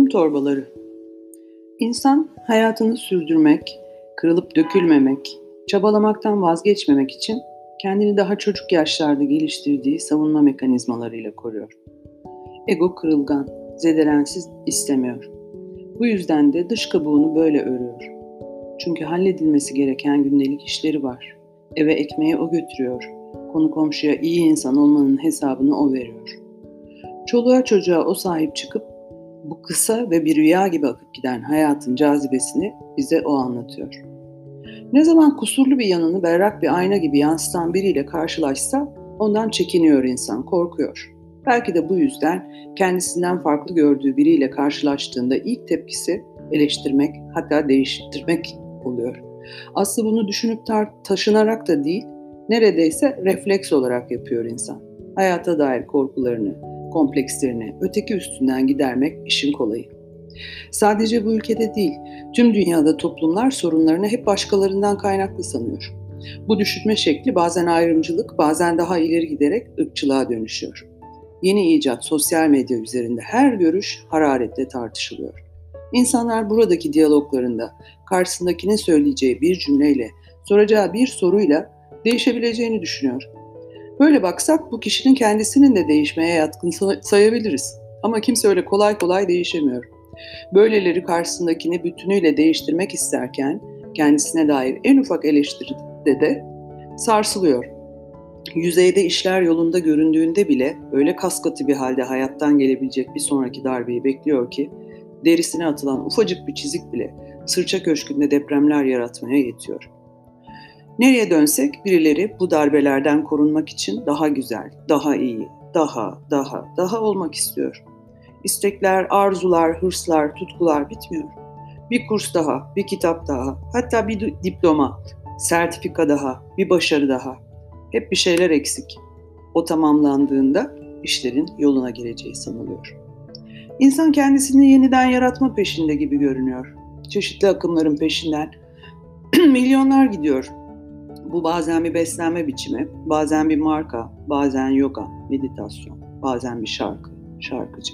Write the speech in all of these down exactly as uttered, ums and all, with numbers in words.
torbaları. İnsan hayatını sürdürmek, kırılıp dökülmemek, çabalamaktan vazgeçmemek için kendini daha çocuk yaşlarda geliştirdiği savunma mekanizmalarıyla koruyor. Ego kırılgan, zedelensiz istemiyor. Bu yüzden de dış kabuğunu böyle örüyor. Çünkü halledilmesi gereken gündelik işleri var. Eve ekmeği o götürüyor. Konu komşuya iyi insan olmanın hesabını o veriyor. Çoluğa çocuğa o sahip çıkıp bu kısa ve bir rüya gibi akıp giden hayatın cazibesini bize o anlatıyor. Ne zaman kusurlu bir yanını berrak bir ayna gibi yansıtan biriyle karşılaşsa ondan çekiniyor insan, korkuyor. Belki de bu yüzden kendisinden farklı gördüğü biriyle karşılaştığında ilk tepkisi eleştirmek, hatta değiştirmek oluyor. Aslında bunu düşünüp tar- taşınarak da değil, neredeyse refleks olarak yapıyor insan. Hayata dair korkularını, komplekslerini öteki üstünden gidermek işin kolayı. Sadece bu ülkede değil, tüm dünyada toplumlar sorunlarını hep başkalarından kaynaklı sanıyor. Bu düşünme şekli bazen ayrımcılık, bazen daha ileri giderek ırkçılığa dönüşüyor. Yeni icat sosyal medya üzerinde her görüş hararetle tartışılıyor. İnsanlar buradaki diyaloglarında karşısındakinin söyleyeceği bir cümleyle, soracağı bir soruyla değişebileceğini düşünüyor. Böyle baksak bu kişinin kendisinin de değişmeye yatkın sayabiliriz. Ama kimse öyle kolay kolay değişemiyor. Böyleleri karşısındakini bütünüyle değiştirmek isterken kendisine dair en ufak eleştiride de sarsılıyor. Yüzeyde işler yolunda göründüğünde bile öyle kaskatı bir halde hayattan gelebilecek bir sonraki darbeyi bekliyor ki derisine atılan ufacık bir çizik bile sırça köşkünde depremler yaratmaya yetiyor. Nereye dönsek birileri bu darbelerden korunmak için daha güzel, daha iyi, daha, daha, daha olmak istiyor. İstekler, arzular, hırslar, tutkular bitmiyor. Bir kurs daha, bir kitap daha, hatta bir diploma, sertifika daha, bir başarı daha. Hep bir şeyler eksik. O tamamlandığında işlerin yoluna gireceği sanılıyor. İnsan kendisini yeniden yaratma peşinde gibi görünüyor. Çeşitli akımların peşinden milyonlar gidiyor. Bu bazen bir beslenme biçimi, bazen bir marka, bazen yoga, meditasyon, bazen bir şarkı, şarkıcı.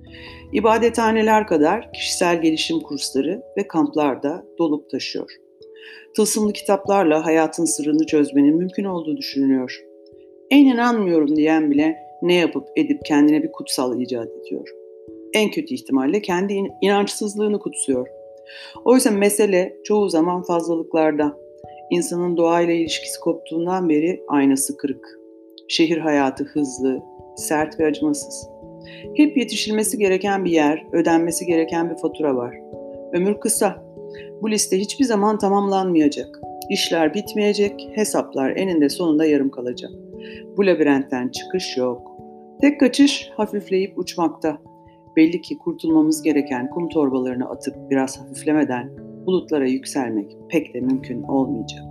İbadethaneler kadar kişisel gelişim kursları ve kamplar da dolup taşıyor. Tılsımlı kitaplarla hayatın sırrını çözmenin mümkün olduğu düşünülüyor. En inanmıyorum diyen bile ne yapıp edip kendine bir kutsal icat ediyor. En kötü ihtimalle kendi inançsızlığını kutsuyor. Oysa mesele çoğu zaman fazlalıklarda. İnsanın doğayla ilişkisi koptuğundan beri aynası kırık. Şehir hayatı hızlı, sert ve acımasız. Hep yetişilmesi gereken bir yer, ödenmesi gereken bir fatura var. Ömür kısa. Bu liste hiçbir zaman tamamlanmayacak. İşler bitmeyecek, hesaplar eninde sonunda yarım kalacak. Bu labirentten çıkış yok. Tek kaçış hafifleyip uçmakta. Belli ki kurtulmamız gereken kum torbalarını atıp biraz hafiflemeden bulutlara yükselmek pek de mümkün olmayacak.